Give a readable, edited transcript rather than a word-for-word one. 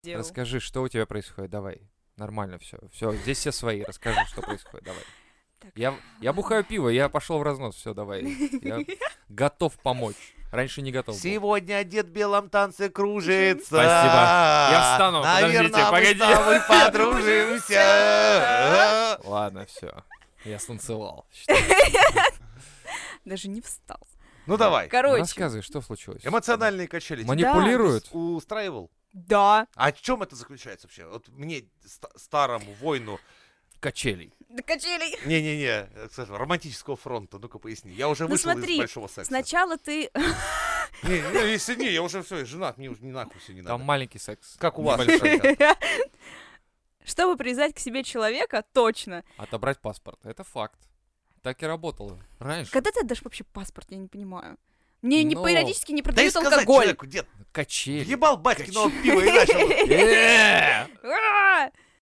делал. Расскажи, что у тебя происходит, давай. Нормально все. Все, здесь все свои. Расскажи, что происходит, давай. Так. Я бухаю пиво, я пошел в разнос, все, давай. Я готов помочь. Раньше не готов был. Сегодня дед в белом танце кружится. Спасибо. Я встану, Наверное, подождите, мы с тобой подружимся. Ладно, все. Я станцевал. Даже не встал. Ну давай. Короче, Рассказывай, что случилось. Эмоциональные качели. Манипулируют? Тебя устраивал? да. А в чем это заключается вообще? Вот мне, старому воину, Качелей. До качелей. не-не-не, скажем, романтического фронта, ну-ка поясни. Я уже Ну вышел смотри, из большого секса. Сначала ты... Если не, я уже все, женат, мне уже не нахуй все не Там надо. маленький секс. Как у вас? Небольшой. Чтобы привязать к себе человека, точно. Отобрать паспорт. Это факт. Так и работало. Раньше. Когда ты отдашь вообще паспорт, я не понимаю. Мне Ну, периодически не Дай продают сказать алкоголь. человеку, дед, Качели. ебал батькиного пива и начал.